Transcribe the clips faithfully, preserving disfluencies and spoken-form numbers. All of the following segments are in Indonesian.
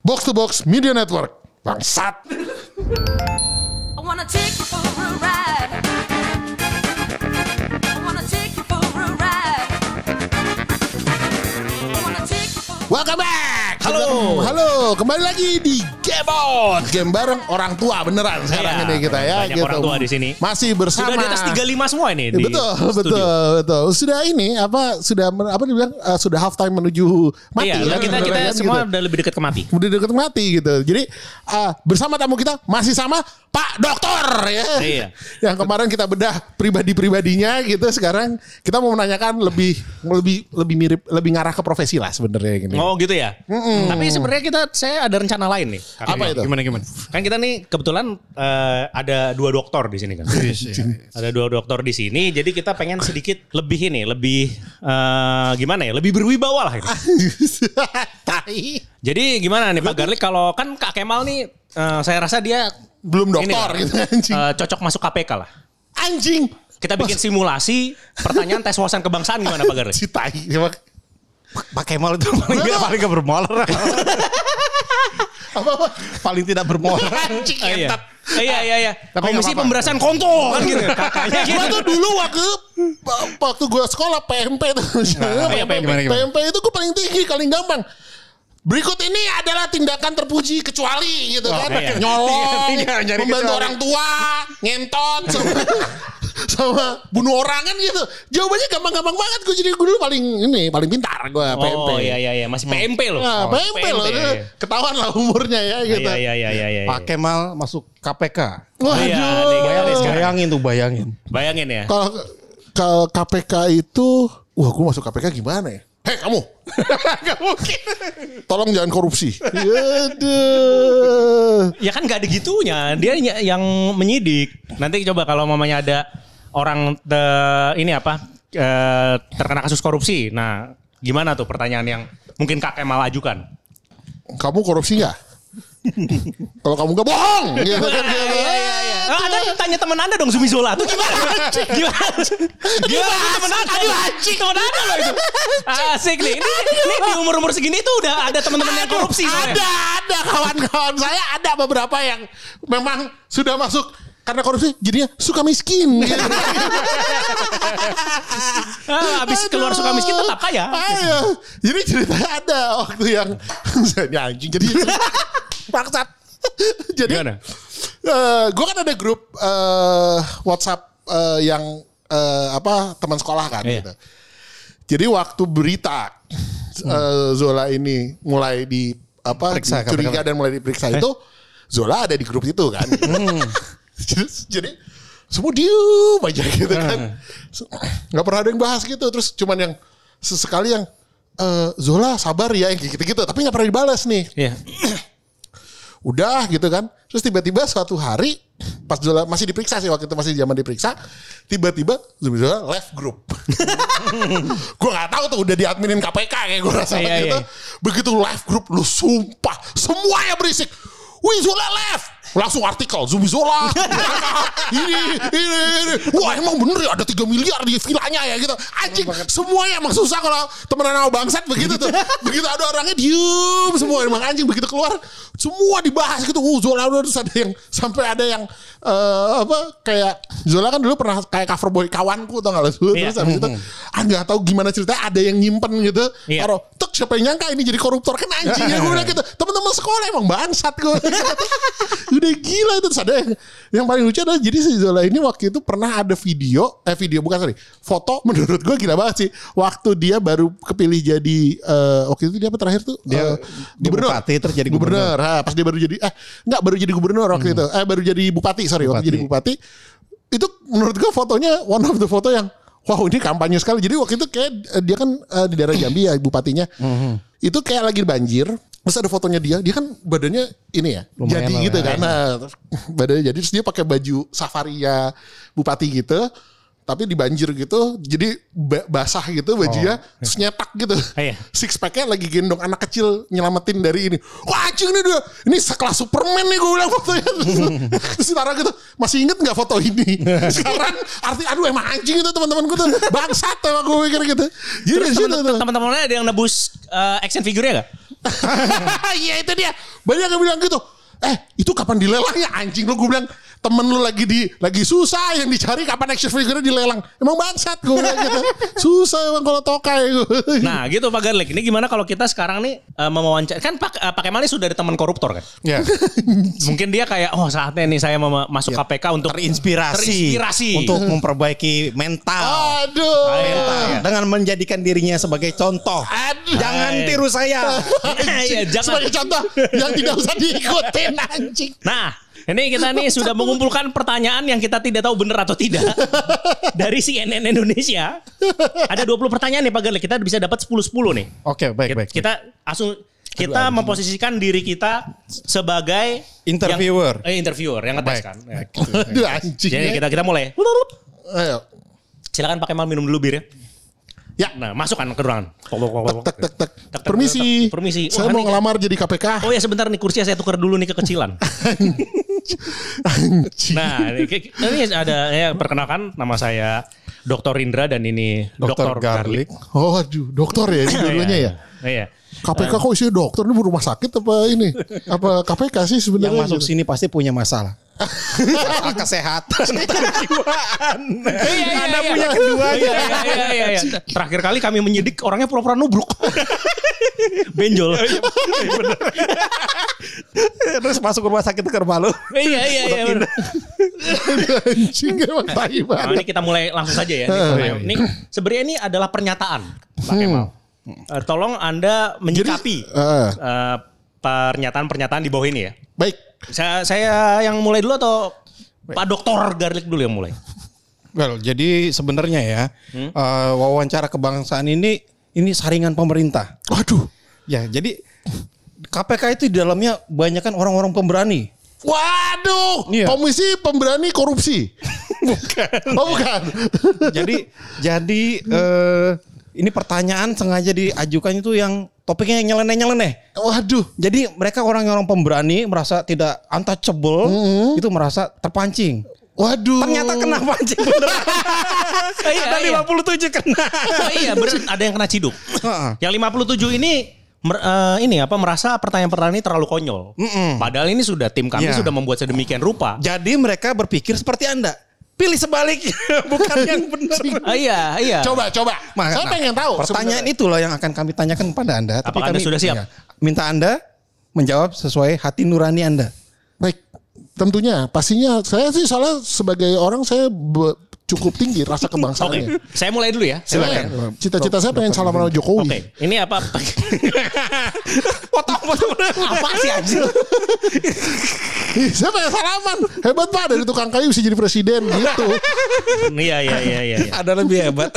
Box to Box Media Network. Bangsat. I wanna take you for a ride. I wanna take you for a ride. I wanna take you for a ride. Welcome back. Halo. Halo, kembali lagi di Gamebot. Game bareng orang tua beneran sekarang Iya, ini kita ya. banyak orang tua di sini. Masih bersama. Sudah di atas tiga puluh lima semua ini. Ya, Di betul, studio. betul, betul. Sudah ini apa? Sudah apa dibilang? Uh, sudah half time menuju mati. Iya, kan, kita kita beneran, semua gitu. udah lebih dekat ke mati. Udah deket mati gitu. Jadi uh, bersama tamu kita masih sama Pak Dokter ya. Iya. Yang kemarin kita bedah pribadi-pribadinya gitu. Sekarang kita mau menanyakan lebih lebih lebih mirip lebih ngarah ke profesi lah sebenarnya gini. Oh gitu ya. Tapi sebenarnya kita saya ada rencana lain nih. Karena Apa itu? Gimana gimana? Kan kita nih kebetulan eh, ada dua dokter di sini kan. Ada dua dokter di sini. Jadi kita pengen sedikit lebih ini, lebih eh, gimana ya? Lebih berwibawa lah ini. Tai. Jadi gimana nih Pak Garlik, kalau kan Kak Kemal nih eh, saya rasa dia Belum ini dokter lah, gitu anjing. eh, cocok masuk K P K lah. Anjing. Kita bikin simulasi pertanyaan tes wawasan kebangsaan gimana Pak Garlik? Si tai. Emang Pak Kemal itu paling gak, paling gak bermoral. apa-apa. Paling tidak bermoral. Anjing Oh, iya. entat. Iya iya iya. Tapi Komisi nggak apa-apa. Pemberantasan Konto kan gitu. Kakaknya gitu. Gua tuh dulu waktu waktu gue sekolah P M P tuh. iya, P M P. Gimana, gimana? P M P itu gue paling tinggi, paling gampang. Berikut ini adalah tindakan terpuji kecuali gitu Oh, kan. iya. Nyolong, Iya, nyari membantu kecuali. orang tua, ngentot sama, sama bunuh orang kan gitu. Jawabannya gampang-gampang banget. Gue jadi gue dulu paling ini paling pintar gue P M P. Oh iya iya iya, masih P M P loh. Nah, Oh, P M P loh. Ketahuan lah umurnya ya gitu. Iya iya iya iya iya. Pak Kemal masuk K P K. Waduh. Iya, nih, Bayangin, sekarang. bayangin tuh bayangin. Bayangin ya. Kalau kalau K P K itu, wah gue masuk K P K gimana ya? Hei kamu, Gak mungkin. tolong jangan korupsi. Yaduh. Ya kan gak ada gitunya. Dia ny- yang menyidik. Nanti coba kalau mamanya ada orang te- ini apa eh, terkena kasus korupsi. Nah, gimana tuh pertanyaan yang mungkin Kak Kemal ajukan? Kamu korupsi nggak? Kalau kamu nggak bohong, gitu kan? Iya iya iya. Oh, Anda tanya teman Anda dong Zumi Zola tuh gimana? Gimana? Gimana teman Anda? Aduh anjing. Teman Anda loh itu. Asik nih. Ini, ini di umur-umur segini tuh udah ada teman-teman yang korupsi soalnya. Ada, ada kawan-kawan saya ada beberapa yang memang sudah masuk karena korupsi jadinya suka miskin. Gitu. Ah, abis keluar suka miskin tetap kaya. Ayo. Jadi ceritanya ada waktu yang ini anjing jadi bangsat. Jadi Gimana? gue kan ada grup eh, WhatsApp eh, yang eh, apa teman sekolah kan Iya. gitu. Jadi waktu berita eh, Zola ini mulai di apa Periksa, dicuriga katakanlah. dan mulai diperiksa itu Zola ada di grup itu kan. Jadi- Jadi semua diem aja gitu kan. Nggak pernah ada yang bahas gitu. Terus cuman yang sesekali yang eh, Zola sabar ya yang gitu-gitu. Tapi nggak pernah dibalas nih. Iya. Udah gitu kan. Terus tiba-tiba suatu hari pas Zola masih diperiksa sih waktu itu masih zaman diperiksa, tiba-tiba Zola left group. Gue nggak tahu tuh udah diadminin K P K kayak gue rasa Iya, gitu. iya. Begitu left group lu sumpah semuanya berisik. Wih Zola left. Langsung artikel Zumi Zola. ini, ini, ini. Wah emang bener ya ada tiga miliar di vilanya ya gitu. Anjing semuanya emang susah kalau temenan sama bangsat begitu tuh. Begitu ada orangnya diem semua. Emang anjing begitu keluar semua dibahas gitu. Uh, Zola udah terus ada yang sampai ada yang eh, apa kayak Zola kan dulu pernah kayak cover boy kawanku tau gak lo. Terus Iya. habis itu ah gak tahu gimana ceritanya ada yang nyimpen gitu. Iya. Taruh tuk siapa yang nyangka ini jadi koruptor kan anjing ya gue bilang gitu. Teman-teman sekolah emang bangsat gue. Udah gila itu. Terus ada yang, yang paling lucu adalah jadi si Zola ini waktu itu pernah ada video eh video bukan sorry foto menurut gue gila banget sih waktu dia baru kepilih jadi eh, waktu itu dia apa terakhir tuh Dia- Eh, dia bupati, terus jadi gubernur. Ah, pas dia baru jadi eh enggak baru jadi gubernur waktu itu eh baru jadi bupati sorry waktu Bupati. jadi bupati itu menurut gue fotonya one of the foto yang wow ini kampanye sekali. Jadi waktu itu kayak eh, dia kan eh, di daerah Jambi ya bupatinya. Itu kayak lagi banjir. Terus ada fotonya dia, dia kan badannya ini ya, Lumayan jadi lah, gitu ya. kan. Nah, terus badannya jadi terus dia pakai baju safari ya bupati gitu. Tapi di banjir gitu, jadi ba- basah gitu bajunya, terus nyetak gitu. Iya. Six packnya lagi gendong anak kecil nyelamatin dari ini. Wah anjing nih dia, ini sekelas Superman nih gue bilang fotonya. Terus taruh gitu, masih inget nggak foto ini? Sekarang arti, aduh emang anjing itu teman-teman gue tuh bangsat emang gue mikir gitu. Jadi Terus dari situ temen- tuh. teman-temannya ada yang nebus eh, action figurnya gak? Iya itu dia. Banyak yang bilang gitu. Eh itu kapan dilelangnya anjing lu, gue bilang temen lu lagi di lagi susah yang dicari kapan action figure dilelang. Emang bangsat gue bilang gitu. Susah emang kalau tokai. Nah gitu Pak Garlik. Ini gimana kalau kita sekarang nih uh, mewawancara kan Pak uh, Pak Kemal ini sudah ada teman koruptor kan? Ya. Mungkin dia kayak oh saatnya nih saya mau masuk Ya, K P K untuk terinspirasi, terinspirasi. untuk memperbaiki mental. Aduh. Mental. Dengan menjadikan dirinya sebagai contoh. Aduh. Jangan tiru saya. Iya, jangan. Sebagai contoh yang tidak usah diikutin anjing. Nah, ini kita nih sudah mengumpulkan pertanyaan yang kita tidak tahu benar atau tidak dari C N N Indonesia. Ada dua puluh pertanyaan nih Pak Garlik. Kita bisa dapat sepuluh sepuluh nih. Oke, baik, baik. Kita langsung kita memposisikan diri kita sebagai Interviewer. Yang, eh, interviewer yang ngetes Baik. kan. Ya. Aduh anjing. Jadi kita kita mulai. Ayo. Silakan Pak Kemal minum dulu bir ya. Ya. Nah, masukkan ke ruangan. Tek tek tek. tek, Permisi. tek, permisi. Saya Wah, mau ini- ngelamar jadi K P K. Oh ya sebentar nih kursinya saya tukar dulu nih kekecilan. Anjing. Nah, ini, ini ada ya perkenalkan nama saya Doktor Indra dan ini Doktor Doktor Garlik. Garlik. Oh, aduh, dokter ya ini dulunya ya. Iya. K P K kok isinya dokter, ini rumah sakit apa ini? Apa K P K sih Yang sebenarnya? masuk gitu? sini pasti punya masalah. Masalah kesehatan, kejiwaan. Anda punya keduanya. Iya, iya, iya, iya. Terakhir kali kami menyidik orangnya pura-pura nubruk. Benjol. Terus masuk rumah sakit ke rumah lu. Iya, iya, iya. bener. Anjing emang tai Nah, banget. ini kita mulai langsung saja ya. Ini, ini sebenarnya ini adalah pernyataan, Pak Kemal. Eh, tolong Anda menyikapi eh. eh, pernyataan-pernyataan di bawah ini ya. Baik. Saya saya yang mulai dulu atau Pak Doktor Garlik dulu yang mulai? Well, jadi sebenarnya ya Hmm? eh, wawancara kebangsaan ini ini saringan pemerintah. Waduh. Ya, jadi K P K itu di dalamnya banyak kan orang-orang pemberani. Waduh. Iya. Komisi Pemberani Korupsi. Bukan. Oh bukan. jadi jadi eh, ini pertanyaan sengaja diajukan itu yang topiknya yang nyeleneh-nyeleneh. Waduh. Jadi mereka orang-orang pemberani merasa tidak untouchable, itu merasa terpancing. Waduh. Ternyata kena pancing beneran. Iya, Ada iya. lima puluh tujuh kena. Oh iya, bener, ada yang kena ciduk. Heeh. Yang lima puluh tujuh ini mer- eh, ini apa merasa pertanyaan-pertanyaan ini terlalu konyol. Mm-mm. Padahal ini sudah tim kami Iya. sudah membuat sedemikian rupa. Jadi mereka berpikir seperti Anda. Pilih sebaliknya, bukan yang benar. Ah, iya, iya. Coba coba. Nah, Saya pengen tahu. Pertanyaan sebenarnya. itulah yang akan kami tanyakan kepada Anda. Tapi Apakah Anda kami sudah siap? ya, minta Anda menjawab sesuai hati nurani Anda. Baik. Tentunya. Pastinya. Saya sih soalnya sebagai orang saya be- cukup tinggi rasa Oke, kebangsaannya. saya mulai dulu ya. Silakan. Cita-cita saya pengen salam sama Jokowi. Oke, ini apa? Potong-potong. Apa sih anjing? Ih, saya pengen salaman. Hebat Pak, dari tukang kayu bisa jadi presiden gitu. Iya, iya, iya, iya. iya. Ada lebih hebat.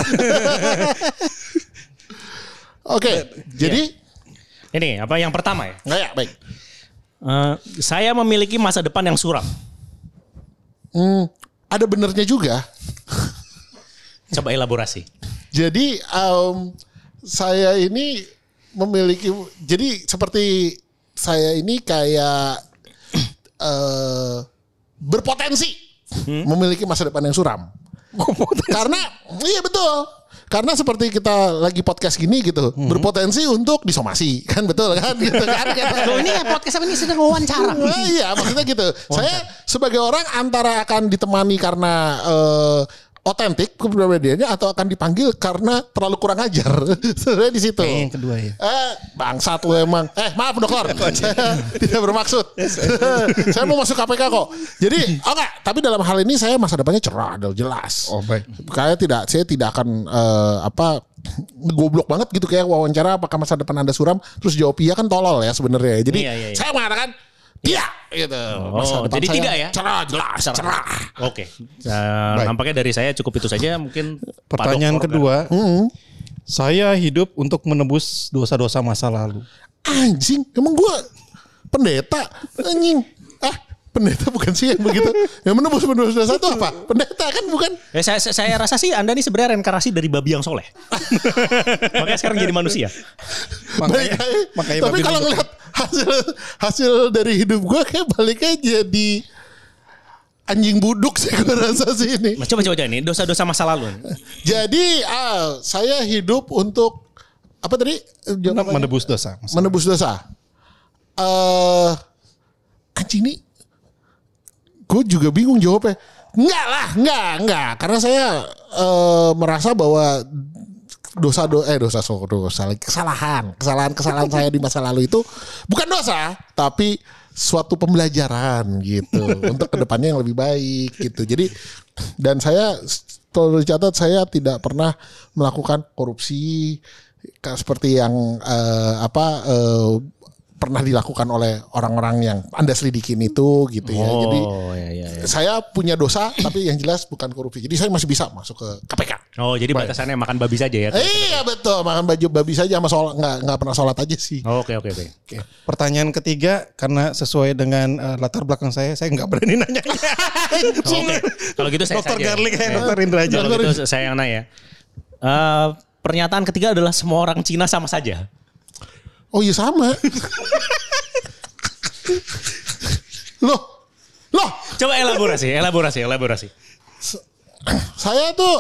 Oke, jadi Ini apa yang pertama ya? nggak ya, baik. Eh, saya memiliki masa depan yang suram. Hmm, ada benernya juga. Coba elaborasi. Jadi em, saya ini memiliki, jadi seperti saya ini kayak eh, berpotensi memiliki masa depan yang suram. Karena iya betul. Karena seperti kita lagi podcast gini gitu, berpotensi untuk disomasi, kan betul kan gitu kan. Loh ini ya podcast apa ini sedang wawancara. Nah, iya maksudnya gitu. Saya sebagai orang antara akan ditemani karena eh, otentik kepribadiannya atau akan dipanggil karena terlalu kurang ajar. Sebenarnya di situ. Kayaknya yang kedua ya. Eh, bangsat lu emang. Eh, maaf dokter. Saya tidak bermaksud. Saya mau masuk K P K kok. Jadi, oh enggak, tapi dalam hal ini saya masa depannya cerah, udah jelas. Oh, baik. Kayak tidak, saya tidak akan eh, apa goblok banget gitu kayak wawancara apakah masa depan Anda suram terus jawab iya kan tolol ya sebenarnya. Jadi, Iya, iya, iya. saya mengatakan tidak gitu. Oh, jadi saya tidak ya? Cerah, jelas, cerah. Oke. Eh, nampaknya dari saya cukup itu saja mungkin. Pak Pertanyaan Dokter, kedua. Saya hidup untuk menebus dosa-dosa masa lalu. Anjing, emang gua pendeta anjing. Ah, pendeta bukan sih yang begitu. Yang menembus menembus dosa itu apa? Pendeta kan bukan? Eh, saya, saya rasa sih Anda ini sebenarnya reinkarnasi dari babi yang soleh. Makanya sekarang jadi manusia. Makanya, Baik, makanya tapi babi kalau menembus. ngeliat hasil hasil dari hidup gua kayak baliknya jadi anjing buduk sih gua rasa sih ini. Mas, coba coba coba ini dosa-dosa masa lalu. Jadi ah, saya hidup untuk apa tadi? Jawabannya? Menebus dosa. Maksudnya. Menebus dosa. Eh, uh, anjing nih, gue juga bingung jawabnya. Enggak lah, enggak, enggak. Karena saya uh, merasa bahwa dosa do eh dosa so dosa kesalahan kesalahan kesalahan saya di masa lalu itu bukan dosa, tapi suatu pembelajaran gitu untuk kedepannya yang lebih baik gitu. Jadi dan saya perlu dicatat saya tidak pernah melakukan korupsi seperti yang uh, apa uh, pernah dilakukan oleh orang-orang yang Anda selidikin itu gitu ya. Oh, Jadi ya, ya, ya. saya punya dosa tapi yang jelas bukan korupsi. Jadi saya masih bisa masuk ke K P K. Oh, jadi batasannya makan babi saja ya? Eh, iya betul, makan baju babi saja sama sholat nggak nggak pernah sholat aja sih. Oke oke oke. Pertanyaan ketiga karena sesuai dengan uh, latar belakang saya, saya nggak berani nanya. Oke. Kalau gitu saya Dokter saja. Garlic kayak Dokter Indra aja. Kalau gitu saya yang nanya. Uh, pernyataan ketiga adalah semua orang Cina sama saja. Oh iya sama. Loh, loh. Coba elaborasi, elaborasi, elaborasi. Saya tuh,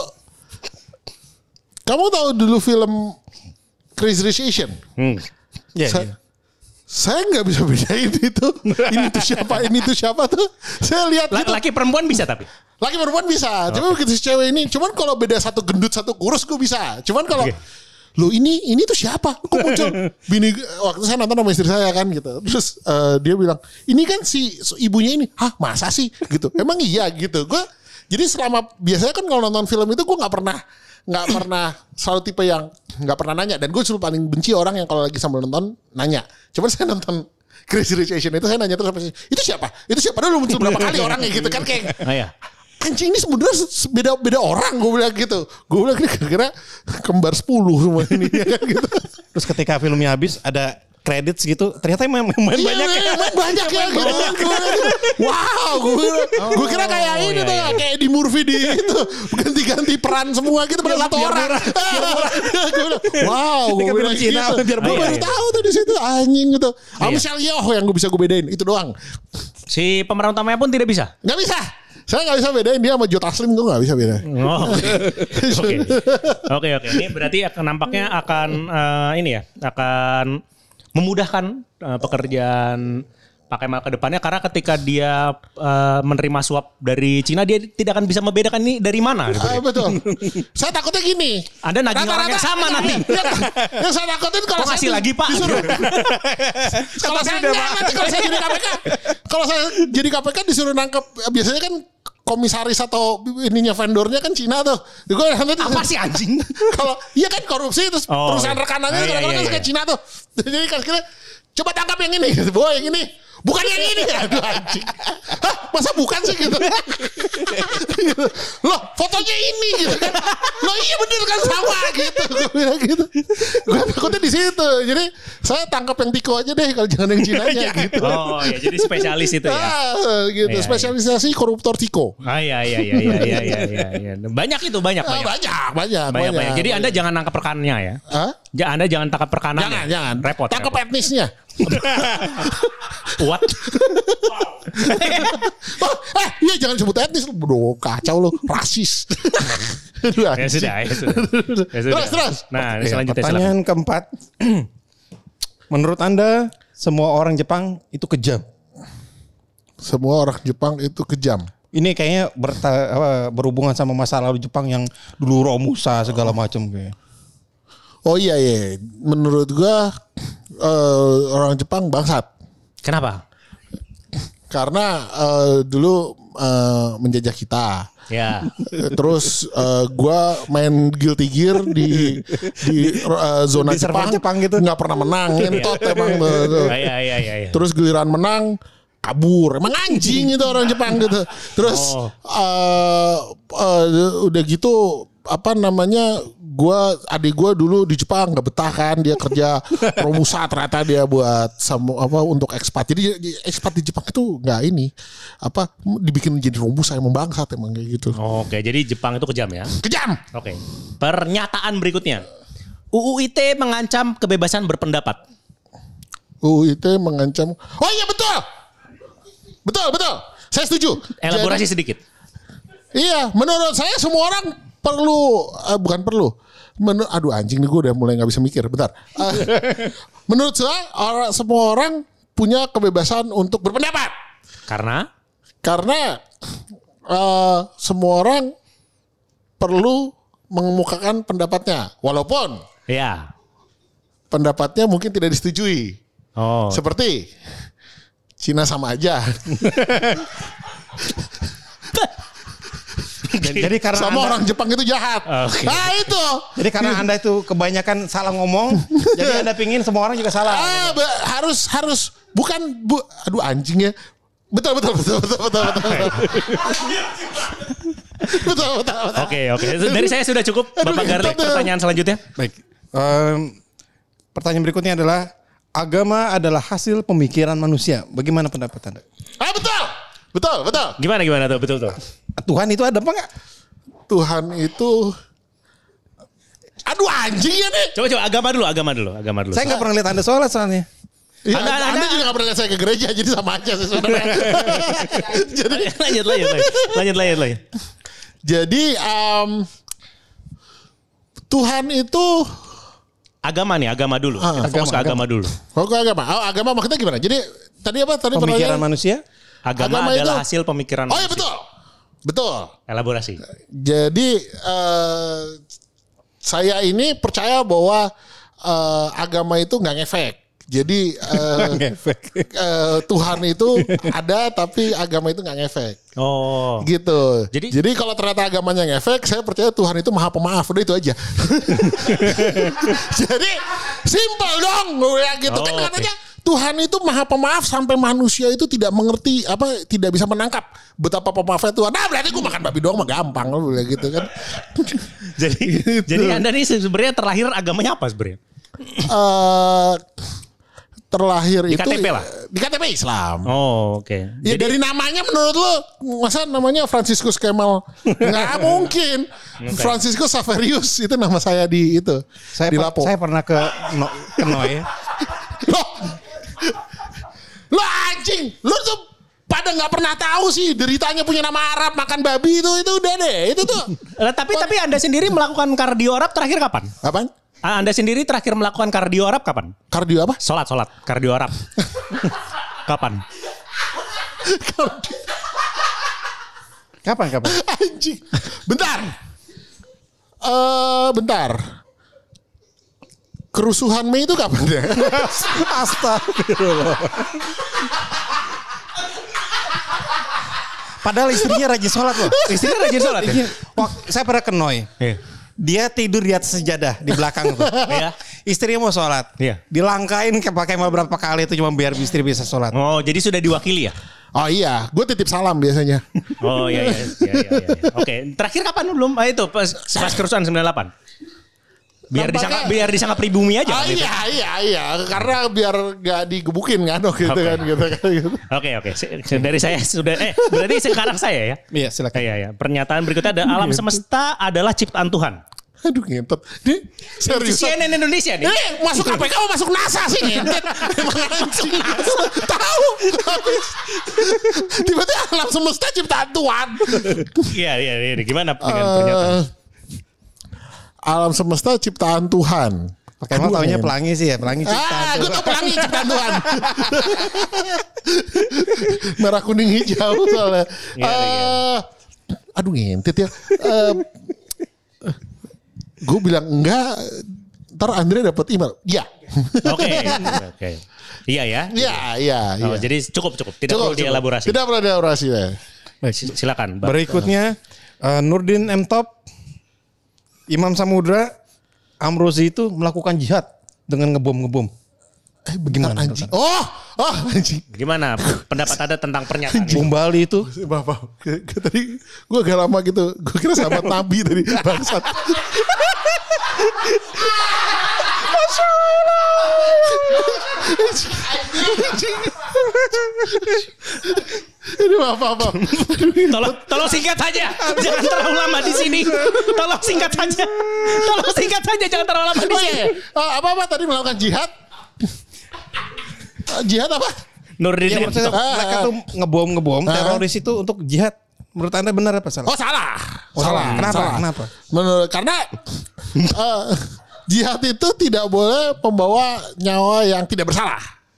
kamu tahu dulu film Crazy Rich Asian? Hmm. Ya, Sa- ya. Saya nggak bisa bedain itu. Ini tuh siapa, ini tuh siapa tuh. Saya lihat gitu. Laki perempuan bisa tapi. Laki perempuan bisa. Cuma begitu si cewek ini. Cuman kalau beda satu gendut satu kurus gue bisa. Cuman kalau Oke. lo ini ini tuh siapa? Kok muncul bini waktu saya nonton sama istri saya kan gitu. Terus uh, dia bilang ini kan si ibunya ini. Hah masa sih gitu? Emang iya gitu. Gue jadi selama biasanya kan kalau nonton film itu gue nggak pernah nggak pernah selalu tipe yang nggak pernah nanya. Dan gue selalu paling benci orang yang kalau lagi sambil nonton nanya. Cuman saya nonton Crazy Rich Asian itu saya nanya terus apa sih? Itu siapa? Itu siapa? Padahal muncul berapa kali orangnya gitu kan kayak. Oh ya. Anjing ini sebenarnya beda beda orang gue bilang gitu. Gue bilang ini kira-kira kembar sepuluh semua ini ya kan gitu. Terus ketika filmnya habis ada kredit gitu, ternyata emang main Iya, banyak ya. main banyak ya gitu. Wow, gue gue kira kayak Oh, ini iya, tuh iya. kayak di Murphy di itu ganti-ganti peran semua gitu pada satu orang. Gue bilang, wow, gue Ini bilang film Cina, gitu. biar Gue bagus. baru tahu tuh di situ anjing gitu. Ah, Iya. Michelle Yeoh yang gue bisa gue bedain itu doang. Si pemeran utamanya pun tidak bisa. Nggak bisa. Saya nggak bisa bedain dia sama Joe Taslim gue nggak bisa bedain. Oh, Oke, oke, oke, oke. Ini berarti akan nampaknya akan eh, ini ya, akan memudahkan eh, pekerjaan Pak Kemal ke depannya karena ketika dia eh, menerima suap dari Cina dia tidak akan bisa membedakan ini dari mana. Ah, sebenarnya. betul. Saya takutnya gini. Anda nagih orang yang sama nanti. Ya, yang saya takutin kalau Kok saya ngasih di- lagi, Pak? disuruh. Kalau saya enggak, nanti kalau saya jadi K P K. Kalau saya jadi K P K disuruh nangkep. Biasanya kan komisaris atau ininya vendornya kan Cina tuh. Gue nanti Apa sih anjing? kalau iya kan korupsi terus Oh, perusahaan iya. rekanannya Ah, iya, kadang-kadang iya, kan iya. ke Cina tuh. Jadi kan kira coba tangkap yang ini, boy yang ini. Bukan yang ini. Aduh anjing. Hah, masa bukan sih gitu. Gitu. Loh, fotonya ini gitu kan. Loh iya bener kan sama gitu. Gue bilang gitu. Gue takutnya di situ. Jadi saya tangkap yang Tiko aja deh kalau jangan yang Cinanya gitu. Oh ya, jadi spesialis itu ya. Ah, gitu. Iya, iya. Spesialisasi koruptor Tiko. Ah iya iya iya iya iya iya iya. iya. Banyak itu banyak Ah, banyak. banyak, banyak, Banyak banyak. Jadi Anda jangan nangkap rekannya ya. Hah? Ja, Anda jangan tangkap rekanan. Jangan, jangan. Repot. Tangkap repot. etnisnya. What? Oh, eh, iya jangan sebut etnis lu. Bodoh, kacau lu, rasis. Aduh, Ya anjing. sudah, ya sudah. Ya sudah. Terus, terus. Nah, Oke, selanjutnya silakan. pertanyaan keempat. Menurut Anda semua orang Jepang itu kejam? Semua orang Jepang itu kejam. Ini kayaknya berta- apa, berhubungan sama masa lalu Jepang yang dulu Romusa segala macam kayak. Oh iya iya, menurut gua eh, orang Jepang bangsat. Kenapa? Karena eh, dulu eh, menjajah kita. Ya. Terus eh, gua main Guilty Gear di di eh, zona Di server Jepang, Jepang gitu. nggak pernah menang, ngentot emang tuh, tuh. Iya iya iya iya. Terus giliran menang kabur, emang anjing itu orang Jepang gitu. Terus Oh. eh, eh, udah gitu apa namanya? Gua adik gua dulu di Jepang nggak betah kan, dia kerja Romusa ternyata dia buat sama apa untuk ekspat. Jadi di- ekspat di Jepang itu nggak ini apa dibikin jadi Romusa emang bangsat emang kayak gitu. Oke, jadi Jepang itu kejam ya. Kejam. Oke. Pernyataan berikutnya. U U I T E mengancam kebebasan berpendapat. U I T E mengancam. Oh iya betul. Betul betul. Saya setuju. Elaborasi Jadi- sedikit. Iya, menurut saya semua orang perlu, eh, bukan perlu, menurut aduh anjing nih gue udah mulai nggak bisa mikir. Bentar. Uh, menurut saya orang semua orang punya kebebasan untuk berpendapat. Karena Karena uh, semua orang perlu mengemukakan pendapatnya, walaupun ya. pendapatnya mungkin tidak disetujui. Oh. Seperti Cina sama aja. Jadi karena sama anda, orang Jepang itu jahat. Okay. Nah itu. Jadi karena Anda itu kebanyakan salah ngomong, jadi Anda pingin semua orang juga salah. Ah, be- harus harus bukan bu, aduh anjing ya. Betul betul betul betul betul betul. Betul betul betul. betul. Oke oke. Dari saya sudah cukup. Aduh, Bapak Garlic, betul. pertanyaan selanjutnya. Baik. Um, pertanyaan berikutnya adalah agama adalah hasil pemikiran manusia. Bagaimana pendapat Anda? Ah betul. Betul betul. Gimana gimana tuh betul tuh. Tuhan itu ada apa enggak? Tuhan itu aduh anjing ya nih. Coba coba agama dulu, agama dulu, agama dulu. Saya nggak pernah lihat Anda sholat soalnya. Ya, Anda- anda, anda- juga gak pernah lihat saya ke gereja, jadi sama aja sih sebenarnya. jadi, lanjut, lanjut, lanjut, lanjut, lanjut, lanjut. jadi um, Tuhan itu Agama nih, agama dulu. Ah, Kita fokus ke agama, agama. dulu. oh, kok agama. Oh, agama maksudnya gimana? Jadi tadi apa? Tadi Pemikiran pertanyaan- manusia? Agama, Agama adalah itu- hasil pemikiran. Oh iya manusia. betul, betul. Elaborasi. Jadi eh, saya ini percaya bahwa eh, agama itu nggak ngefek. Jadi eh, Ngefek. eh, Tuhan itu ada tapi agama itu nggak ngefek. Oh. Gitu. Jadi- Jadi, kalau ternyata agamanya ngefek, saya percaya Tuhan itu maha pemaaf. Udah itu aja. Jadi simpel dong, ya gitu Oh, kan oke. katanya. Tuhan itu maha pemaaf sampai manusia itu tidak mengerti apa tidak bisa menangkap betapa pemaafnya Tuhan. Nah berarti gue makan babi doang mah gampang loh gitu kan. Jadi jadi Anda nih sebenarnya terlahir agamanya apa sebenarnya? Eh terlahir Di itu K T P lah? di K T P Islam. Oh, oke. Ya dari namanya menurut lo masa namanya Franciscus Kemal nggak mungkin. Franciscus Saverius itu nama saya di itu Saya di per- Lapo. saya pernah ke no, ke Noi. Loh, lo anjing, lo tuh pada nggak pernah tahu sih deritanya punya nama Arab makan babi itu itu udah deh itu tuh. Eh, tapi tapi Anda sendiri melakukan kardio Arab terakhir kapan? Apaan? Ah, Anda sendiri terakhir melakukan kardio Arab kapan? Kardio apa? Sholat, sholat. Kardio Arab. Kapan? Kapan kapan? Anjing. Bentar. Eh, bentar. Kerusuhan Mei itu kapan ya? Astagfirullah. Padahal istrinya rajin sholat loh. Istrinya rajin sholat ya? Iya. Wak- Saya pernah ke Noi. Iya. Dia tidur di atas sejadah di belakang tuh. Iya. Istrinya mau sholat. Iya. Dilangkain kayak pakai beberapa kali itu cuma biar istri bisa sholat. Oh, jadi sudah diwakili ya? Oh iya, gue titip salam biasanya. Oh iya iya iya iya. iya, iya. Oke, terakhir kapan belum? Ah, itu pas pas kerusuhan sembilan puluh delapan. Biar Nampaknya- disangka biar disangka pribumi aja. Ah kan itu? iya iya iya, karena biar gak digebukin kan, oh, gitu Oke. kan gitu kan. Gitu. Oke oke. Se- Dari saya sudah eh berarti sekarang saya ya. Iya silakan. Iya iya. Pernyataan berikutnya ada alam semesta adalah ciptaan Tuhan. Aduh ngentot. Nih serius. C N N Indonesia nih. Eh masuk K P K masuk NASA sih ngentot. Emang anjing NASA. Tahu. Tiba-tiba alam semesta ciptaan Tuhan. Iya iya iya. Gimana dengan pernyataan? Eh, alam semesta ciptaan Tuhan. Pakai mau Aduh, taunya men. pelangi sih ya, pelangi ciptaan. Ah, tuh. gue tau pelangi ciptaan Tuhan. Merah kuning hijau soalnya. Iya, Eh, aduh ngentit ya. Eh, gue bilang enggak. Ntar Andre dapat email. Iya. Oke oke. Iya ya. Iya, iya, iya. Oh, jadi cukup cukup. Tidak Cukup, perlu cukup. dielaborasi. Tidak perlu dielaborasi ya. Baik. Si- Silakan. Bang. Berikutnya eh, Nurdin M Top, Imam Samudra, Amrozi itu melakukan jihad dengan ngebom-ngebom. Eh, bagaimana anjing? Oh, oh anjing. Gimana pendapat Anda tentang pernyataan ini? Bom Bali itu Bapak, ke- ke- tadi gue agak lama gitu. Gue kira sahabat Nabi tadi bangsat. Masya Allah. Ini apa apa? Tolong tolong singkat saja. Jangan terlalu lama di sini. Tolong singkat saja. Tolong singkat saja jangan terlalu lama di Oh sini. iya, Eh, apa apa tadi melakukan jihad? Eh, jihad apa? Nurdin ya M. maksudnya Top. mereka tuh ngebom-ngebom Ah. teroris itu untuk jihad. menurut Anda benar apa salah? Oh salah. Oh, salah. Kenapa? Salah. Kenapa? Menurut karena uh, jihad itu tidak boleh membawa nyawa yang tidak bersalah.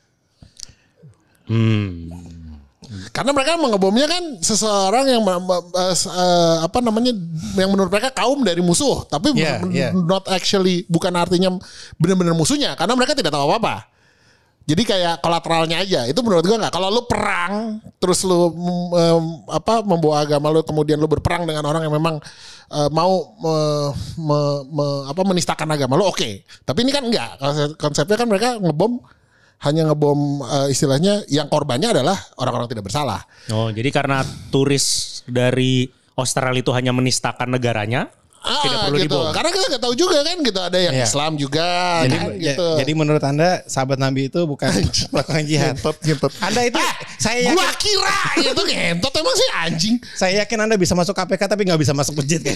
Hmm. Karena mereka mengebomnya kan seseorang yang uh, uh, apa namanya yang menurut mereka kaum dari musuh, tapi Yeah, yeah. not actually bukan artinya benar-benar musuhnya karena mereka tidak tahu apa-apa. Jadi kayak kolateralnya aja. Itu menurut gue nggak. Kalau lu perang, terus lu um, apa membawa agama lu, kemudian lu berperang dengan orang yang memang uh, mau me, me, me, apa menistakan agama lu, oke. Okay. Tapi ini kan enggak. Konsepnya kan mereka ngebom hanya ngebom uh, istilahnya yang korbannya adalah orang-orang tidak bersalah. Oh, jadi karena turis dari Australia itu hanya menistakan negaranya, Ah, tidak perlu gitu. dibom. Karena kita nggak tahu juga kan gitu, ada yang Iya. Islam juga Jadi, kan, ya- gitu. jadi menurut Anda sahabat Nabi itu bukan melakukan jihad. Ngentot, ngentot. Anda itu saya yakin, Gua kira itu ngentot emang sih anjing. saya yakin Anda bisa masuk K P K tapi nggak bisa masuk masjid.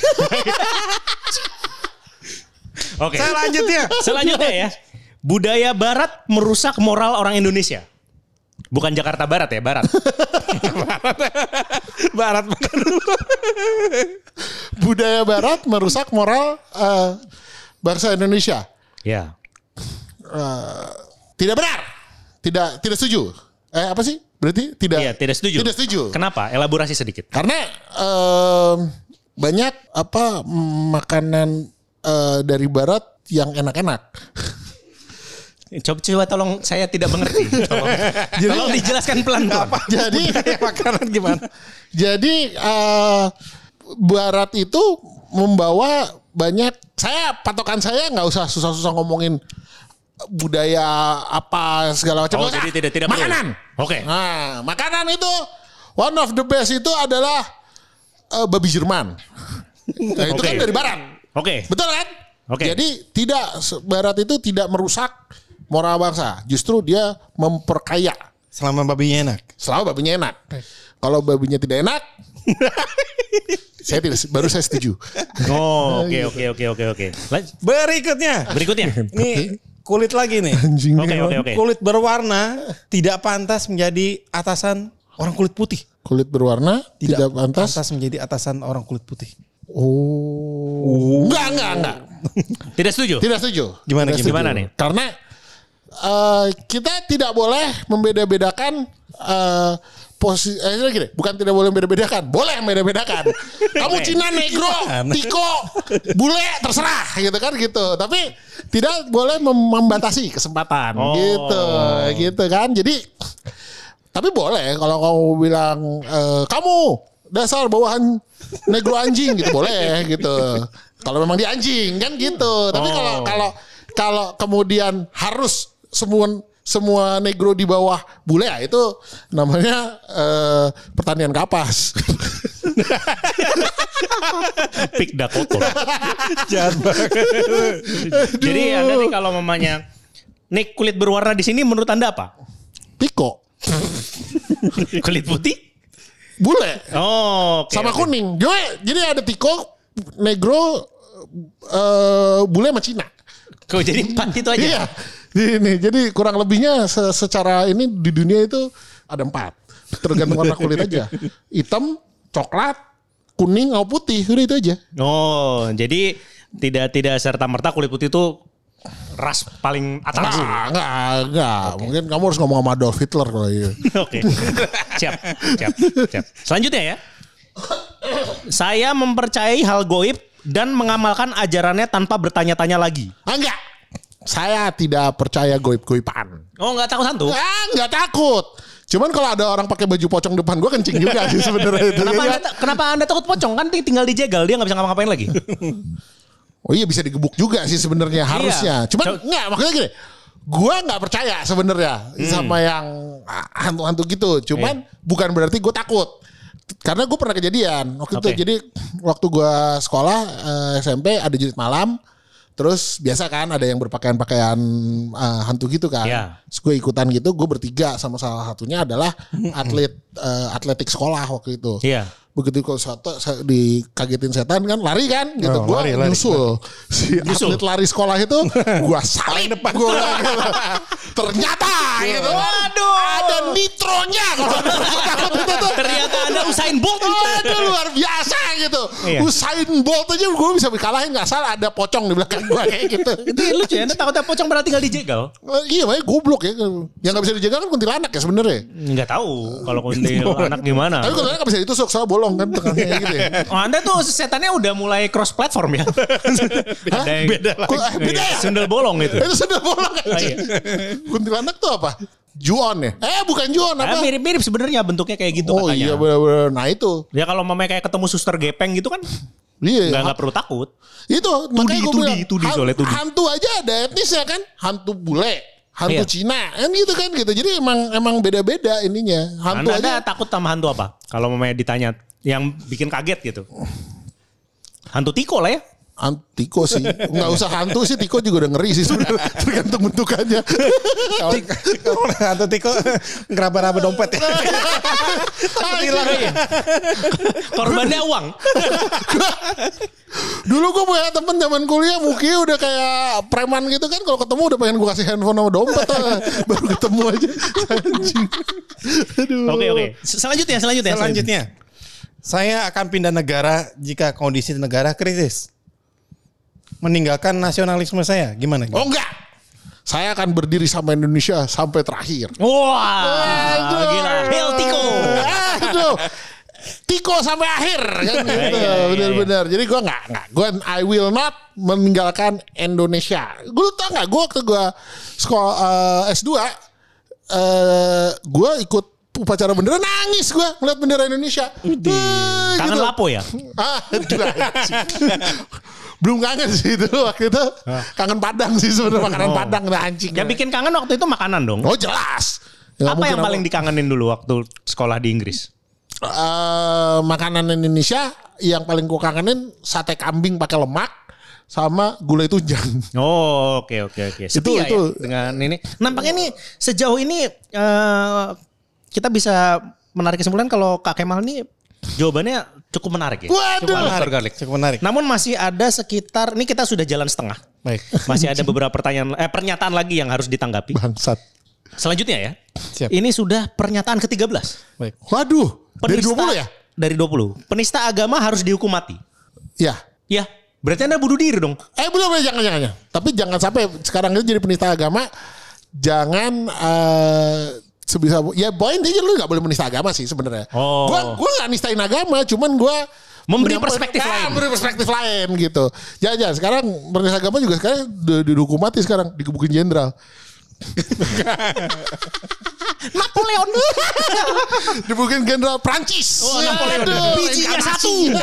Oke. Saya lanjut ya. Selanjutnya ya. Budaya barat merusak moral orang Indonesia. Bukan Jakarta Barat ya, barat. Barat bukan. Budaya barat merusak moral uh, bangsa Indonesia. Ya. Uh, tidak benar. Tidak tidak setuju. Eh apa sih? Berarti tidak Iya, tidak setuju. Tidak setuju. Kenapa? Elaborasi sedikit. Karena um, banyak apa makanan uh, dari barat yang enak-enak. Coba, coba tolong, saya tidak mengerti. Tolong, tolong dijelaskan pelan-pelan. Jadi Makanan gimana? Jadi uh, barat itu membawa banyak. Saya patokan saya nggak usah susah-susah ngomongin budaya apa segala macam. Oh, Nggak jadi usah. tidak tidak perlu. Makanan. Oke. Nah, makanan itu one of the best itu adalah uh, babi Jerman. Nah, itu Oke. kan dari barat. Oke. Betul kan? Oke. Jadi tidak barat itu tidak merusak moral bangsa. Justru dia memperkaya. Selama babinya enak. Selama babinya enak. Kalau babinya tidak enak, saya tidak baru saya setuju. Oh, oke oke oke oke oke. Lanj- Berikutnya. Berikutnya. Ini kulit lagi nih. Oke oke oke. Kulit berwarna tidak pantas menjadi atasan orang kulit putih. Kulit berwarna tidak, pantas. menjadi atasan orang kulit putih. Oh. Enggak, enggak, enggak. Tidak setuju. Tidak setuju. Gimana, Tidak gimana setuju. nih? Karena eh, kita tidak boleh membeda-bedakan eh posisi eh, gini, bukan tidak boleh membeda-bedakan, boleh membeda-bedakan. Kamu Oke. Cina, negro, tiko, bule, terserah gitu kan gitu. Tapi tidak boleh mem- membatasi kesempatan Oh. gitu, gitu kan. Jadi tapi boleh kalau kamu bilang eh, kamu dasar bawahan negro anjing gitu boleh gitu. Kalau memang dia anjing kan gitu. Tapi kalau Oh. kalau kalau kemudian harus semua semua negro di bawah bule ya itu namanya eh, pertanian kapas. Pik Dakota. Jahat banget. Jadi Anda nih kalau mamanya nih kulit berwarna di sini menurut Anda apa? Tiko, Kulit putih? bule, Oh, oke, sama oke. kuning. Jadi, jadi ada tiko, negro, eh, bule sama Cina. Kok jadi empat itu aja? Iya. Ini jadi kurang lebihnya se- secara ini di dunia itu ada empat. Tergantung warna kulit aja. Hitam, coklat, kuning, atau putih. Udah itu aja. Oh, jadi tidak tidak serta merta kulit putih itu ras paling atas. Enggak, enggak, enggak. Mungkin kamu harus ngomong sama Adolf Hitler kalau itu. Oke. Siap, siap, siap. Selanjutnya ya. Saya mempercayai hal goib dan mengamalkan ajarannya tanpa bertanya-tanya lagi. Ah, enggak. Saya tidak percaya goib-goiban. Oh, nggak takut hantu? Ah, enggak takut. Cuman kalau ada orang pakai baju pocong depan gue kencing juga sih sebenarnya itu. Kenapa Ya. anda, kenapa anda takut pocong? Kan tinggal dijegal, dia nggak bisa ngapa-ngapain lagi. Oh iya bisa digebuk juga sih sebenarnya harusnya. Cuman Co- enggak maksudnya gini. Gua nggak percaya sebenarnya sama yang hantu-hantu gitu. Cuman bukan berarti gue takut. Karena gue pernah kejadian waktu itu. Oke. Jadi waktu gue sekolah eh, S M P ada jurit malam. Terus biasa kan ada yang berpakaian-pakaian eh, hantu gitu kan. Iya. Terus gue ikutan gitu. Gue bertiga sama salah satunya adalah atlet eh, atletik sekolah waktu itu. Iya. Begitu kalau satu saya dikagetin setan kan lari kan gitu. Oh, Gua lari, lari. nyusul si Nyusul. atlet lari sekolah itu gua salip depan gua gitu. Ternyata gitu. Waduh. Ada nitronya. Takut itu tuh. Ternyata ada Usain Bolt. Waduh Iya. Usain Bolt aja gue bisa kalahin nggak salah ada pocong di belakang gue kayak gitu. Itu lucu ya, Anda takutnya pocong berarti tinggal dijegal. Uh, iya makanya goblok ya. Yang gak bisa dijaga kan kuntilanak ya sebenarnya. Nggak tahu kalau kuntilanak gimana. Tapi kuntilanak gak bisa ditusuk soal bolong kan tengahnya gitu ya. Oh, Anda tuh setannya udah mulai cross platform ya. Hah? Ada yang- Beda lagi. Ku- eh, Beda ya? Sundel bolong itu. Itu sudah bolong Oh, aja. iya. Kuntilanak tuh apa? Juon ya? Eh bukan Juon Ah, apa? mirip-mirip sebenarnya bentuknya kayak gitu Oh katanya. iya benar-benar. Nah itu. Ya kalau mamanya kayak ketemu suster gepeng gitu kan Iya. nggak nggak perlu takut. Itu makanya gue tudi, bilang tudi, han- soalnya tudi. hantu aja ada etnisnya kan, hantu bule, hantu Iya. Cina, kan gitu kan gitu. Jadi emang emang beda-beda ininya. Hantu Anda, aja. Anda takut sama hantu apa? Kalau mamanya ditanya yang bikin kaget gitu. Hantu Tiko lah ya. Hantu Tiko sih, nggak usah hantu sih, Tiko juga udah ngeri sih sebenarnya. Tergantung bentukannya. Kalau kalau hantu Tiko ngeraba-raba dompet ya. Hilang ya. Korbannya uang. Dulu gue punya temen zaman kuliah mukanya udah kayak preman gitu kan. Kalau ketemu udah pengen gue kasih handphone sama dompet. Baru ketemu aja. Anjing. Aduh. Oke oke. Selanjutnya selanjutnya. Selanjutnya, saya akan pindah negara jika kondisi negara kritis. Meninggalkan nasionalisme saya, gimana? Oh enggak. Saya akan berdiri sama Indonesia sampai terakhir. Wah, gila. Hail Tiko. Aduh. Tiko sampai akhir kan gitu. Iya, iya, Benar-benar. Jadi gue nggak nggak gue I will not meninggalkan Indonesia. Gue tau nggak gue waktu gue sekolah uh, S dua uh, gue ikut upacara bendera nangis gue ngeliat bendera Indonesia. Uh, Kangen lapo ya? Ah, aduh, anjing. Belum kangen sih itu waktu itu. Kangen Padang sih sebenarnya makanan Oh. Padang nah, anjing. Yang bikin kangen waktu itu makanan dong. Oh jelas. Ya, Apa mungkin yang paling dikangenin dulu waktu sekolah di Inggris? Eh, makanan Indonesia yang paling gue kangenin sate kambing pakai lemak sama gulai tunjang. Oh, oke oke oke. Setia itu. ya dengan ini. Nampaknya nih sejauh ini eh, kita bisa menarik kesimpulan kalau Kak Kemal nih jawabannya cukup menarik ya. Waduh. Cukup menarik. Menarik, cukup menarik. Namun masih ada sekitar, ini kita sudah jalan setengah. Baik. Masih ada beberapa pertanyaan, eh pernyataan lagi yang harus ditanggapi. Bangsat. Selanjutnya ya. Siap. Ini sudah pernyataan ke tiga belas. Baik. Waduh. Dari dua puluh ya? Dari dua puluh. Penista agama harus dihukum mati. Ya. Ya. Berarti Anda bunuh diri dong. Eh belum ya jangan jangan. Tapi jangan sampai sekarang itu jadi penista agama. Jangan eh sebisa ya poin aja lu nggak boleh menista agama sih sebenarnya. Oh. Gua gua nggak nistain agama, cuman gua Memberi menyampaikan- perspektif Ah, lain. Memberi perspektif lain gitu. Jangan jangan sekarang penista agama juga sekarang di- dihukum mati sekarang digebukin jenderal. Napoleon. Digebukin jenderal Prancis. Oh, Napoleon. Aduh, Bijinya inkarnasi. satu.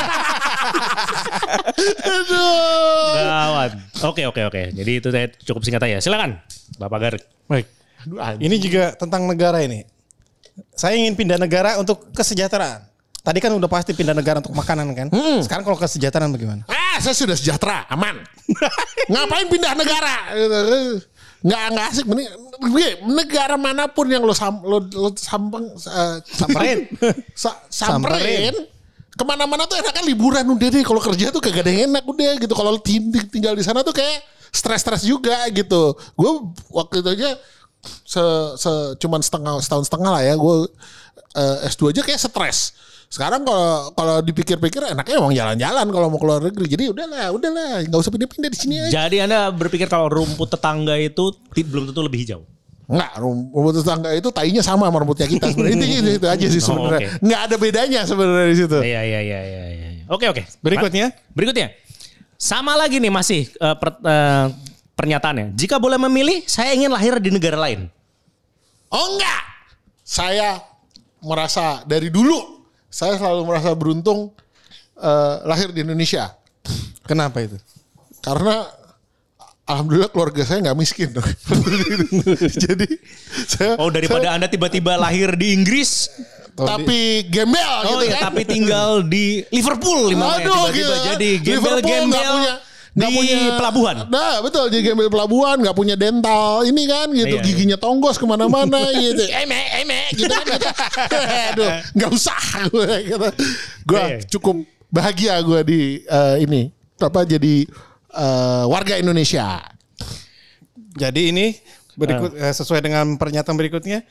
Aduh. Gawat. Oke oke oke. Jadi itu saya cukup singkat aja. Silakan, Bapak Garik. Baik. Aduh, anjing. Ini juga tentang negara ini. Saya ingin pindah negara untuk kesejahteraan. Tadi kan udah pasti pindah negara untuk makanan kan. Sekarang kalau kesejahteraan bagaimana? Ah, saya sudah sejahtera, aman. Ngapain pindah negara? Nggak nggak asik. Mending, negara manapun yang lo sam, lo, lo sampeng, uh, Samperin. sa, samperin. Kemana-mana tuh enakan liburan udah deh. Kalau kerja tuh kagak ada yang enak udah gitu. Kalau ting- tinggal di sana tuh kayak stres-stres juga gitu. Gue waktu itu aja se, se cuman setengah setahun setengah lah ya. Gue uh, S dua aja kayak stres. Sekarang kalau kalau dipikir-pikir enaknya emang jalan-jalan kalau mau keluar negeri. Jadi udahlah, udahlah, nggak usah pindah-pindah di sini aja. Jadi Anda berpikir kalau rumput tetangga itu ti- belum tentu lebih hijau. Enggak, rumput tetangga itu tainya sama sama rumputnya kita sebenarnya. Intinya itu, itu aja sih Oh, sebenarnya. oke. Nggak ada bedanya sebenarnya di situ. Iya iya iya iya. iya. Oke oke. Berikutnya. Berikutnya. Sama lagi nih masih eh, per- eh, pernyataannya. Jika boleh memilih, saya ingin lahir di negara lain. Oh enggak. Saya merasa dari dulu saya selalu merasa beruntung eh, lahir di Indonesia. Kenapa itu? Karena alhamdulillah keluarga saya nggak miskin. Jadi saya Oh daripada saya- Anda tiba-tiba lahir di Inggris. tapi gembel Oh gitu iya, kan. tapi tinggal di Liverpool namanya Aduh, tiba-tiba gitu kan. jadi Liverpool gembel-gembel nggak punya- di nggak punya pelabuhan. Nah betul, jadi gembel pelabuhan, nggak punya dental ini kan gitu, Iya, giginya tonggos kemana-mana gitu. Eme, eme, gitu kan. Gitu. Aduh, nggak usah gue gitu. Gue Iya. cukup bahagia gue di eh, ini apa jadi eh, warga Indonesia. Jadi ini berikut eh, sesuai dengan pernyataan berikutnya,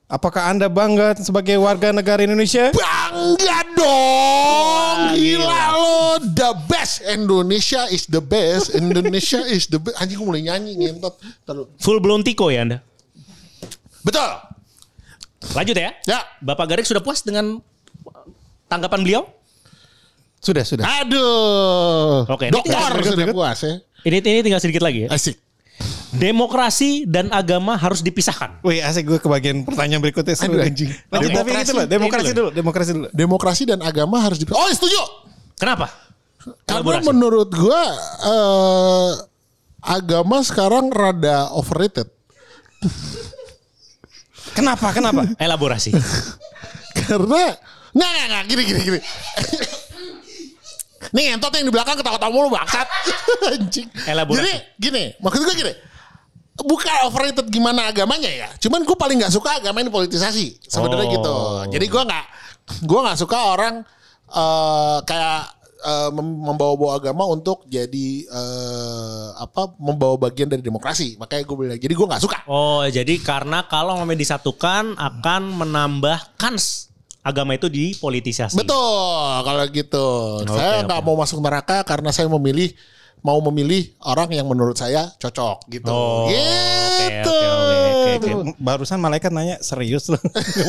Apakah Anda bangga sebagai warga negara Indonesia? Bangga dong. Wah, Gila gila. lo. The best. Indonesia is the best. Indonesia is the best. Anjing gue mulai nyanyi ngentot. Terus. Full blown tiko ya Anda. Betul. Lanjut ya. Ya. Bapak Garik sudah puas dengan tanggapan beliau? Sudah, sudah. Aduh. Oke, ini Dokter tinggal- sudah puas ya. Ini ini tinggal sedikit lagi ya. Asik. Demokrasi dan agama harus dipisahkan. Wih, asik gue ke bagian pertanyaan berikutnya. Aduh, anjing. Tapi Demokrasi- itu loh, demokrasi ini dulu, demokrasi dulu. Demokrasi dan agama harus di. Oh, setuju. Kenapa? Karena Elaborasi. menurut gua eh, agama sekarang rada overrated. Kenapa? Kenapa? Elaborasi. Karena nggak nggak nggak gini gini gini. Nih entot yang di belakang ketawa-tawa mulu bangsat. Anjing. Elaborasi. Jadi gini, maksud gue gini. Bukan overrated gimana agamanya ya. Cuman gue paling nggak suka agama ini politisasi. Sebenarnya Oh. gitu. Jadi gue nggak gue nggak suka orang eh, kayak eh, mem- membawa-bawa agama untuk jadi eh, apa membawa bagian dari demokrasi. Makanya gue bilang. Jadi gue nggak suka. Oh, jadi karena kalau memang disatukan akan menambah kans agama itu dipolitisasi. Betul kalau gitu. Oke, Saya nggak oke. mau masuk neraka karena saya memilih mau memilih orang yang menurut saya cocok gitu. Oh, oke, gitu. oke, oke, oke, oke. Barusan malaikat nanya serius loh.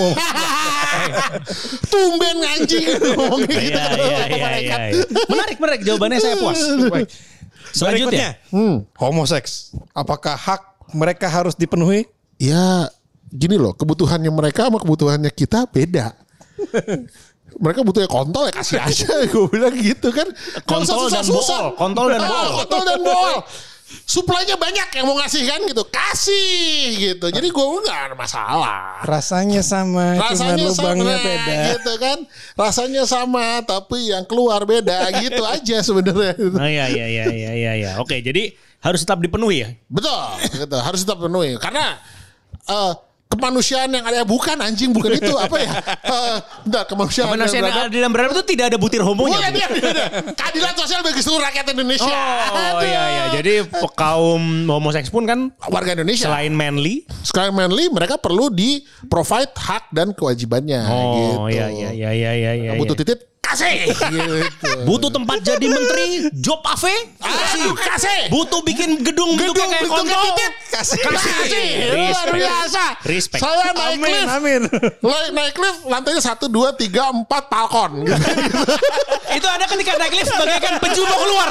Tumben anjing ngomong gitu. Iya, iya, iya, iya, iya. Menarik, menarik. Jawabannya saya puas. Selanjutnya. Hmm. Homoseks. Apakah hak mereka harus dipenuhi? Ya gini loh, kebutuhannya mereka sama kebutuhannya kita beda. Mereka butuhnya kontol ya kasih aja. Gue bilang gitu kan. Nggak usah Kontol dan susah-susah. bool. Kontol dan Ah, bool. Kontol dan bool. Suplainya banyak yang mau ngasih kan gitu. Kasih gitu. Jadi gue nggak ada masalah. Rasanya sama, cuma Rasanya lubangnya sama beda. gitu kan. Rasanya sama tapi yang keluar beda gitu aja sebenarnya. Oh iya, iya, iya, iya, iya, iya. Oke, jadi harus tetap dipenuhi ya. Betul, gitu. Harus tetap penuhi karena eh, kemanusiaan yang ada bukan anjing bukan itu apa ya? Eh, bentar, kemanusiaan, Kemanusiaan yang yang adil dan beradab itu tidak ada butir homonya. Bukan Bu. dia, dia, dia. Keadilan sosial bagi seluruh rakyat Indonesia. Oh Aduh. iya, iya. Jadi kaum homoseks pun kan Warga Indonesia. selain manly. Selain manly, mereka perlu di provide hak dan kewajibannya. Oh gitu. iya, iya, iya, iya, iya, iya. Butuh titit, kasih. gitu. Butuh tempat jadi menteri, job ave, Aduh, kasih. butuh bikin gedung, bentuknya kayak bentuknya kontol. titit, kasih. Kasih. Kasih. Luar Respect. biasa. Respect. Saya naik Amin, lift. amin. Naik, naik lift lantainya satu, dua, tiga, empat balkon. Gitu. Itu ada ketika naik lift bagaikan peju mau keluar.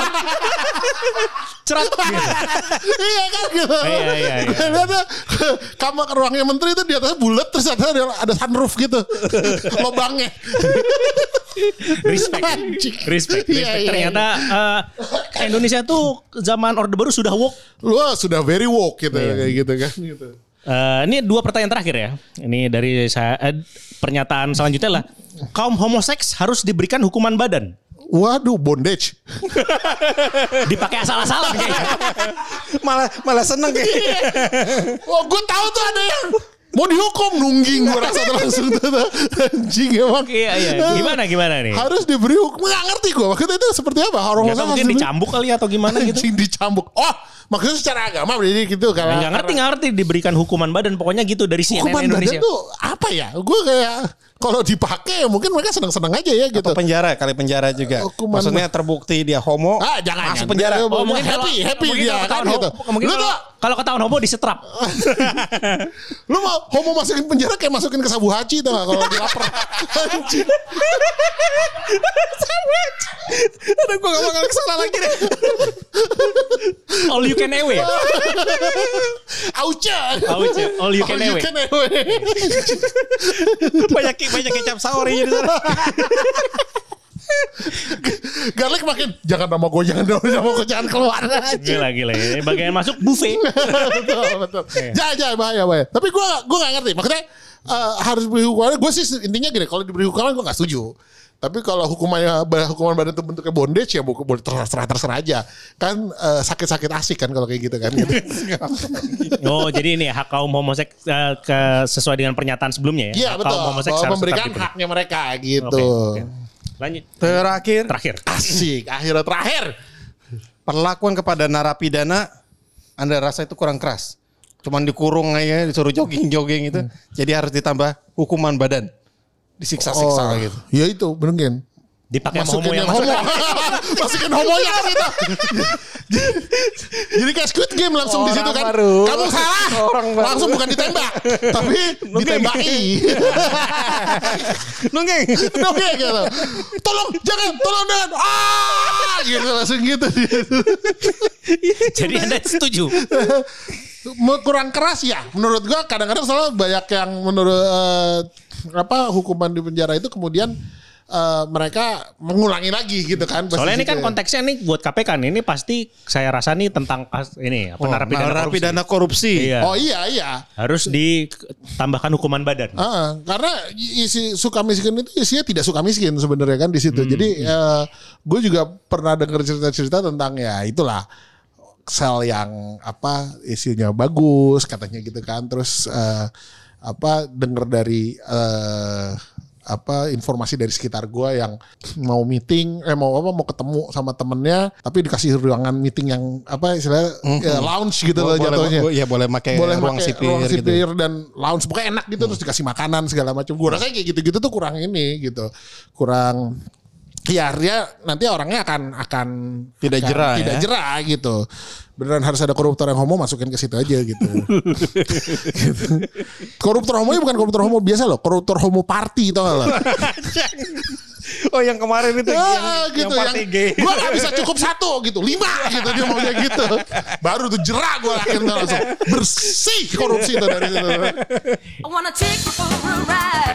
Cerat. Iya kan gitu. Iya, iya, iya. Ternyata kamar ruangnya menteri itu di atasnya bulat terus ada ada sunroof gitu. Lobangnya. Respect. Respect. Iya, Respect. iya, Ternyata eh, Indonesia tuh zaman Orde Baru sudah woke. Lu sudah very woke gitu Iya. kayak gitu kan gitu. Eh, ini dua pertanyaan terakhir ya. Ini dari saya eh, pernyataan selanjutnya lah. Kaum homoseks harus diberikan hukuman badan. Waduh, bondage. Dipakai asal-asalan kayaknya. malah malah seneng kayak. Oh, gue tahu tuh ada yang mau dihukum nungging gue rasa tuh langsung tuh anjing emang. Iya, iya. Gimana gimana nih? Harus diberi hukum. Nggak ngerti gue. Maksudnya itu seperti apa? Orang Nggak tahu, mungkin dicambuk kali atau gimana gitu. Anjing dicambuk. Oh, maksudnya secara agama berarti gitu kalau Nggak ngerti nggak ngerti diberikan hukuman badan. Pokoknya gitu dari C N N hukuman Indonesia. badan tuh apa ya? Gue kayak kalau dipakai ya mungkin mereka senang-senang aja ya gitu. Atau penjara, kali penjara juga. Hukuman- Maksudnya terbukti dia homo. Ah jangan masuk jangan. penjara. Oh, Oh, mungkin happy kalau- happy mungkin dia kalau kan ketahuan gitu. homo- mungkin Lu kalau, tuh kalau ketahuan homo disetrap. lu mau homo masukin penjara kayak masukin ke sabu haji tau gak kalau di lapar. Anjing. Aduh, gue gak bakal kesana lagi deh. All you can ewe. Auca. Auca. All you can All you ewe. can ewe. banyak banyak kecap saorinya di sana. Garlic makin jangan nama gue jangan nama gue jangan keluar. Gila gila. Bagian masuk buffet. betul betul. Jangan jangan bahaya bahaya. Tapi gue gue nggak ngerti. Maksudnya eh, harus beri hukuman. Gue sih intinya gini. Kalau diberi hukuman gue nggak setuju. Tapi kalau hukumannya hukuman badan itu bentuknya bondage ya boleh terserah terserah aja. Kan eh, sakit-sakit asik kan kalau kayak gitu kan. Gitu. Oh jadi ini hak kaum homoseks eh, ke sesuai dengan pernyataan sebelumnya ya. Iya Hak betul. Kaum homoseks Bahwa harus memberikan tetap dipenuhi. haknya mereka gitu. Oke, oke. Lanjut. Terakhir, Terakhir. Asik. Akhirnya terakhir. perlakuan kepada narapidana Anda rasa itu kurang keras? cuman dikurung aja, disuruh jogging-jogging gitu. Hmm. Jadi harus ditambah hukuman badan. Disiksa-siksa oh, gitu. Ya itu bener. Dipakai masukin homo yang homo. Masukin homonya ke situ. Jadi kayak Squid Game langsung di situ kan. Baru. Kamu salah. Orang langsung bukan ditembak, tapi ditembaki. Nunggeng. Nunggeng gitu. Tolong, jangan, tolong jangan. Ah, gitu langsung gitu. Jadi Anda setuju? Kurang keras ya. Menurut gua kadang-kadang soalnya banyak yang menurut uh, apa hukuman di penjara itu kemudian Uh, mereka mengulangi lagi gitu kan. Soalnya ini kan konteksnya nih buat K P K nih, ini pasti saya rasa nih tentang ini apa oh, narapidana, narapidana korupsi. Iya. Oh iya iya. Harus ditambahkan hukuman badan. Uh, karena isi suka miskin itu isinya tidak suka miskin sebenarnya kan di situ. Hmm. Jadi uh, gue juga pernah dengar cerita-cerita tentang ya itulah sel yang apa isinya bagus katanya gitu kan. Terus uh, apa dengar dari uh, apa informasi dari sekitar gue yang mau meeting eh mau apa mau ketemu sama temennya tapi dikasih ruangan meeting yang apa istilahnya mm-hmm. ya, lounge gitu loh jatuhnya. Ya boleh pakai ruang sipir, ruang sipir gitu. Dan lounge pokoknya enak gitu hmm. terus dikasih makanan segala macam. Gue rasa kayak gitu-gitu tuh kurang ini gitu. Kurang ya dia nanti orangnya akan akan tidak akan, jerah tidak ya? jerah gitu. Beneran harus ada koruptor yang homo masukin ke situ aja gitu. gitu. Koruptor homonya bukan koruptor homo biasa loh, koruptor homo party tau gak lo? Oh yang kemarin itu ah, yang, gitu, yang party yang, gay. Gue gak bisa cukup satu gitu, lima gitu dia maunya gitu. Baru tuh jerah gue akhirnya langsung bersih korupsi itu dari situ. I wanna take you for a ride.